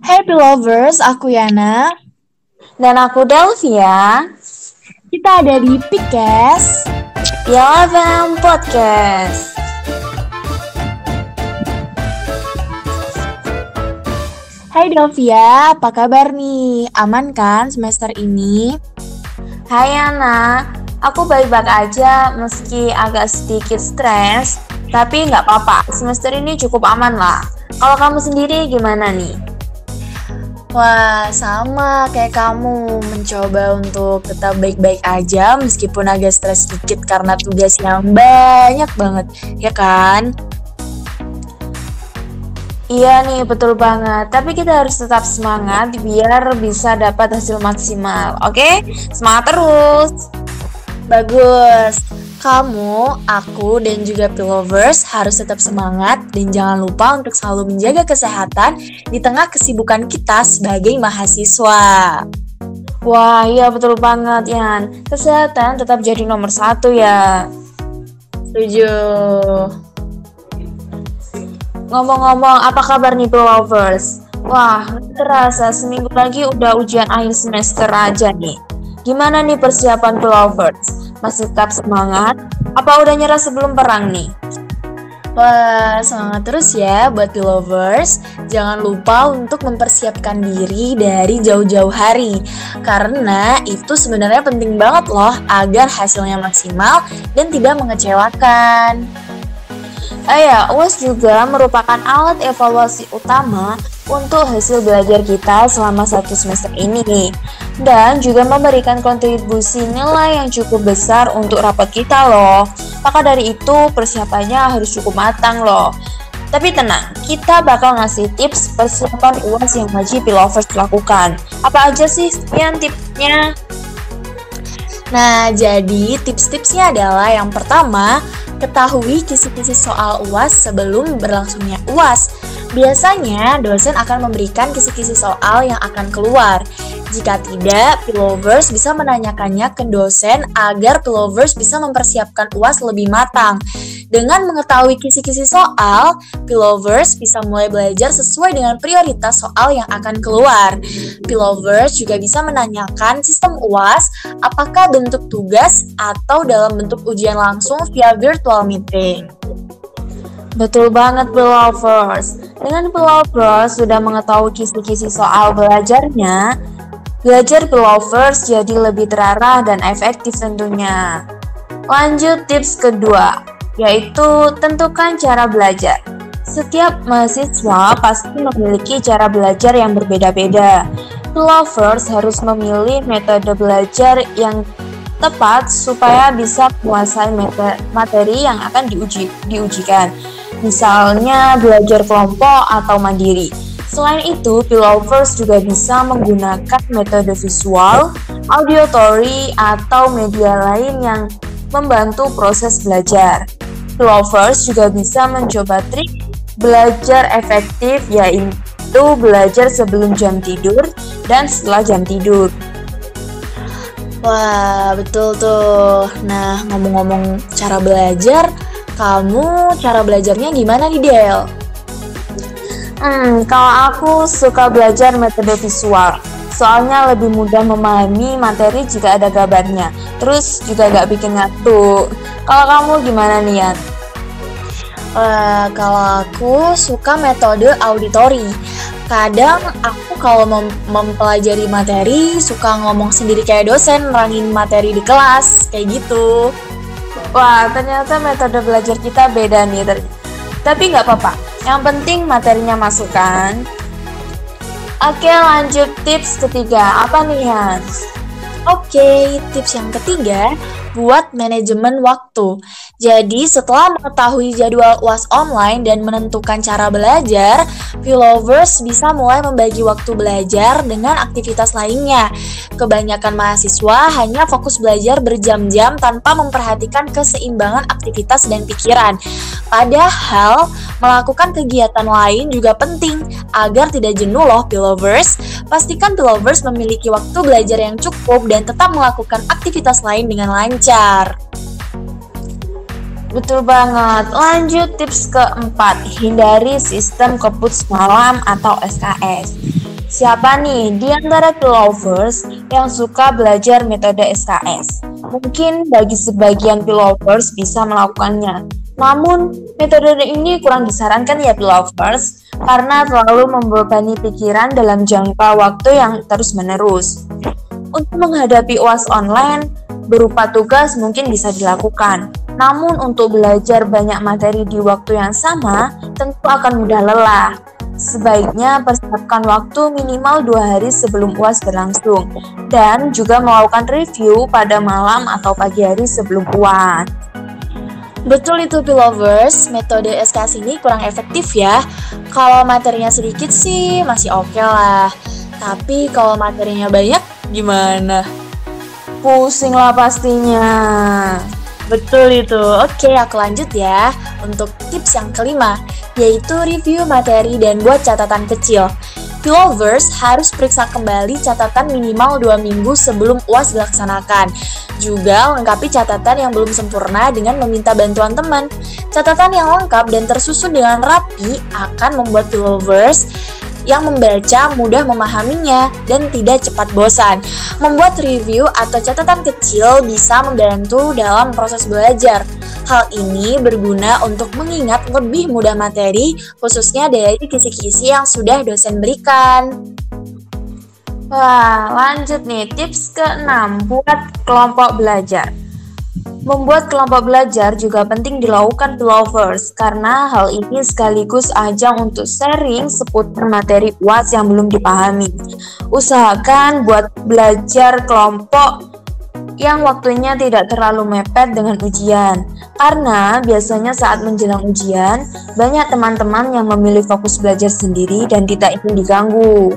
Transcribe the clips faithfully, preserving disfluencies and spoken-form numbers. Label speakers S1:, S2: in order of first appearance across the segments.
S1: Happy Lovers, aku Yana.
S2: Dan aku Delvia,
S1: Kita ada di Pikes.
S2: Piala F M Podcast.
S1: Hai Delvia, apa kabar nih? Aman kan semester ini?
S2: Hai Yana, aku baik-baik aja meski agak sedikit stres, tapi nggak apa-apa, semester ini cukup aman lah. Kalau kamu sendiri gimana nih?
S1: Wah, sama kayak kamu, mencoba untuk tetap baik-baik aja meskipun agak stres sedikit karena tugas yang banyak banget, ya kan?
S2: Iya nih, betul banget. Tapi kita harus tetap semangat biar bisa dapat hasil maksimal. Oke? Semangat terus!
S1: Bagus. Kamu, aku, dan juga Pilovers harus tetap semangat dan jangan lupa untuk selalu menjaga kesehatan di tengah kesibukan kita sebagai mahasiswa.
S2: Wah, iya betul banget, Yan. Kesehatan tetap jadi nomor satu ya.
S1: Setuju.
S2: Ngomong-ngomong, apa kabar nih Pilovers? Wah, terasa seminggu lagi udah ujian akhir semester aja nih. Gimana nih persiapan Pilovers? Masih tetap semangat? Apa udah nyerah sebelum perang nih?
S1: Wah, semangat terus ya buat Pilovers. Jangan lupa untuk mempersiapkan diri dari jauh-jauh hari. Karena itu sebenarnya penting banget loh agar hasilnya maksimal dan tidak mengecewakan.
S2: Eh ya, U A S juga merupakan alat evaluasi utama untuk hasil belajar kita selama satu semester ini dan juga memberikan kontribusi nilai yang cukup besar untuk rapat kita loh. Maka dari itu persiapannya harus cukup matang loh. Tapi tenang, kita bakal ngasih tips persiapan U A S yang wajib Pilovers lakukan. Apa aja sih yang tipsnya?
S1: Nah, jadi tips-tipsnya adalah yang pertama, ketahui kisi-kisi soal U A S sebelum berlangsungnya U A S. Biasanya, dosen akan memberikan kisi-kisi soal yang akan keluar. Jika tidak, Pilovers bisa menanyakannya ke dosen agar Pilovers bisa mempersiapkan U A S lebih matang. Dengan mengetahui kisi-kisi soal, Pilovers bisa mulai belajar sesuai dengan prioritas soal yang akan keluar. Pilovers juga bisa menanyakan sistem U A S apakah bentuk tugas atau dalam bentuk ujian langsung via virtual meeting.
S2: Betul banget Pilovers. Dengan Pilovers sudah mengetahui kisi-kisi soal belajarnya, belajar Pilovers jadi lebih terarah dan efektif tentunya. Lanjut tips kedua, yaitu tentukan cara belajar. Setiap mahasiswa pasti memiliki cara belajar yang berbeda-beda. Pilovers harus memilih metode belajar yang tepat supaya bisa menguasai materi yang akan diuji, diujikan. Misalnya belajar kelompok atau mandiri. Selain itu, Pilovers juga bisa menggunakan metode visual, auditory, atau media lain yang membantu proses belajar. Pilovers juga bisa mencoba trik belajar efektif, yaitu belajar sebelum jam tidur dan setelah jam tidur.
S1: Wah, betul tuh. Nah, ngomong-ngomong cara belajar, kamu cara belajarnya gimana nih, Del?
S2: Hmm, kalau aku suka belajar metode visual, soalnya lebih mudah memahami materi jika ada gambarnya. Terus juga gak bikin ngantuk. Kalau kamu gimana nih, Yan?
S1: Uh, kalau aku suka metode auditory. Kadang aku kalau mem- mempelajari materi suka ngomong sendiri kayak dosen, nerangin materi di kelas, kayak gitu.
S2: Wah, ternyata metode belajar kita beda nih. Tapi nggak apa-apa, yang penting materinya masuk kan. Oke, lanjut tips ketiga. Apa nih, Hans?
S1: Oke, tips yang ketiga, buat manajemen waktu. Jadi setelah mengetahui jadwal U A S online dan menentukan cara belajar, Pilovers bisa mulai membagi waktu belajar dengan aktivitas lainnya. Kebanyakan mahasiswa hanya fokus belajar berjam-jam tanpa memperhatikan keseimbangan aktivitas dan pikiran. Padahal, melakukan kegiatan lain juga penting agar tidak jenuh loh Pilovers. Pastikan Pilovers memiliki waktu belajar yang cukup dan tetap melakukan aktivitas lain dengan lancar.
S2: Betul banget. Lanjut tips keempat, hindari sistem kebut semalam atau S K S. Siapa nih di antara Pillovers yang suka belajar metode S K S? Mungkin bagi sebagian Pillovers bisa melakukannya. Namun, metode ini kurang disarankan ya Pillovers, karena terlalu membebani pikiran dalam jangka waktu yang terus-menerus. Untuk menghadapi U A S online, berupa tugas mungkin bisa dilakukan. Namun untuk belajar banyak materi di waktu yang sama, tentu akan mudah lelah. Sebaiknya persiapkan waktu minimal dua hari sebelum U A S berlangsung, dan juga melakukan review pada malam atau pagi hari sebelum U A S.
S1: Betul itu Pillovers, metode S K S ini kurang efektif ya. Kalau materinya sedikit sih masih oke lah. Tapi kalau materinya banyak gimana?
S2: Pusing lah pastinya.
S1: Betul itu. Oke, aku lanjut ya. Untuk tips yang kelima, yaitu review materi dan buat catatan kecil. Pillovers harus periksa kembali catatan minimal dua minggu sebelum U A S dilaksanakan. Juga lengkapi catatan yang belum sempurna dengan meminta bantuan teman. Catatan yang lengkap dan tersusun dengan rapi akan membuat Pillovers yang membaca mudah memahaminya dan tidak cepat bosan. Membuat review atau catatan kecil bisa membantu dalam proses belajar. Hal ini berguna untuk mengingat lebih mudah materi, khususnya dari kisi-kisi yang sudah dosen berikan.
S2: Wah, lanjut nih, tips keenam buat kelompok belajar. Membuat kelompok belajar juga penting dilakukan Pillovers, karena hal ini sekaligus ajang untuk sharing seputar materi U A S yang belum dipahami. Usahakan buat belajar kelompok yang waktunya tidak terlalu mepet dengan ujian, karena biasanya saat menjelang ujian, banyak teman-teman yang memilih fokus belajar sendiri dan tidak ingin diganggu.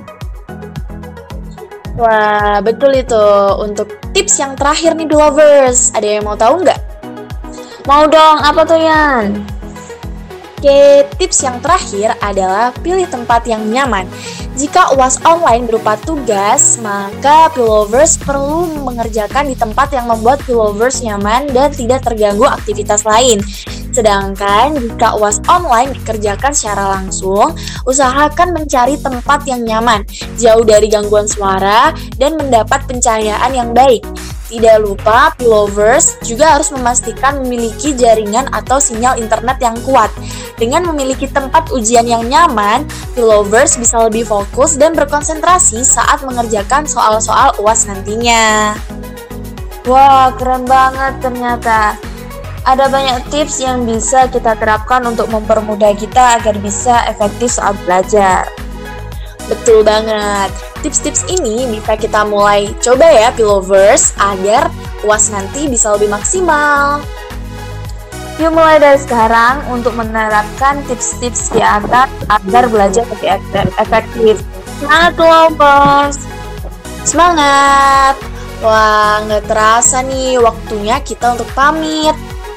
S1: Wah, betul itu. Untuk tips yang terakhir nih Pillovers, ada yang mau tahu nggak?
S2: Mau dong, apa tuh Yan?
S1: Oke, tips yang terakhir adalah pilih tempat yang nyaman. Jika U A S online berupa tugas, maka Pillovers perlu mengerjakan di tempat yang membuat Pillovers nyaman dan tidak terganggu aktivitas lain. Sedangkan jika U A S online dikerjakan secara langsung, usahakan mencari tempat yang nyaman, jauh dari gangguan suara, dan mendapat pencahayaan yang baik. Tidak lupa, Pillovers juga harus memastikan memiliki jaringan atau sinyal internet yang kuat. Dengan memiliki tempat ujian yang nyaman, Pillovers bisa lebih fokus dan berkonsentrasi saat mengerjakan soal-soal U A S nantinya.
S2: Wah, keren banget ternyata. Ada banyak tips yang bisa kita terapkan untuk mempermudah kita agar bisa efektif saat belajar.
S1: Betul banget. Tips-tips ini bisa kita mulai coba ya Pillovers agar U A S nanti bisa lebih maksimal.
S2: Yuk mulai dari sekarang untuk menerapkan tips-tips di atas agar belajar lebih efektif. Semangat Pillovers!
S1: Semangat! Wah, nggak terasa nih waktunya kita untuk pamit.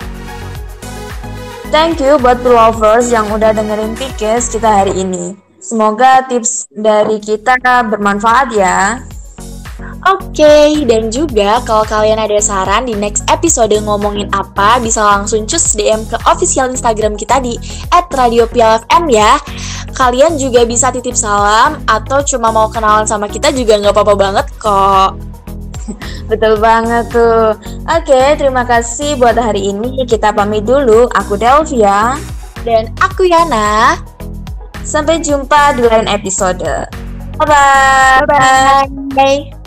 S2: Thank you buat Pillovers yang udah dengerin Pikes kita hari ini. Semoga tips dari kita bermanfaat ya.
S1: Oke, dan juga kalau kalian ada saran di next episode ngomongin apa, bisa langsung cus D M ke official Instagram kita di at radio p l f m ya. Kalian juga bisa titip salam atau cuma mau kenalan sama kita juga nggak apa-apa banget kok.
S2: Betul banget tuh. Oke, terima kasih buat hari ini. Kita pamit dulu. Aku Delvia.
S1: Dan aku Yana.
S2: Sampai jumpa di lain episode.
S1: Bye-bye. Bye-bye.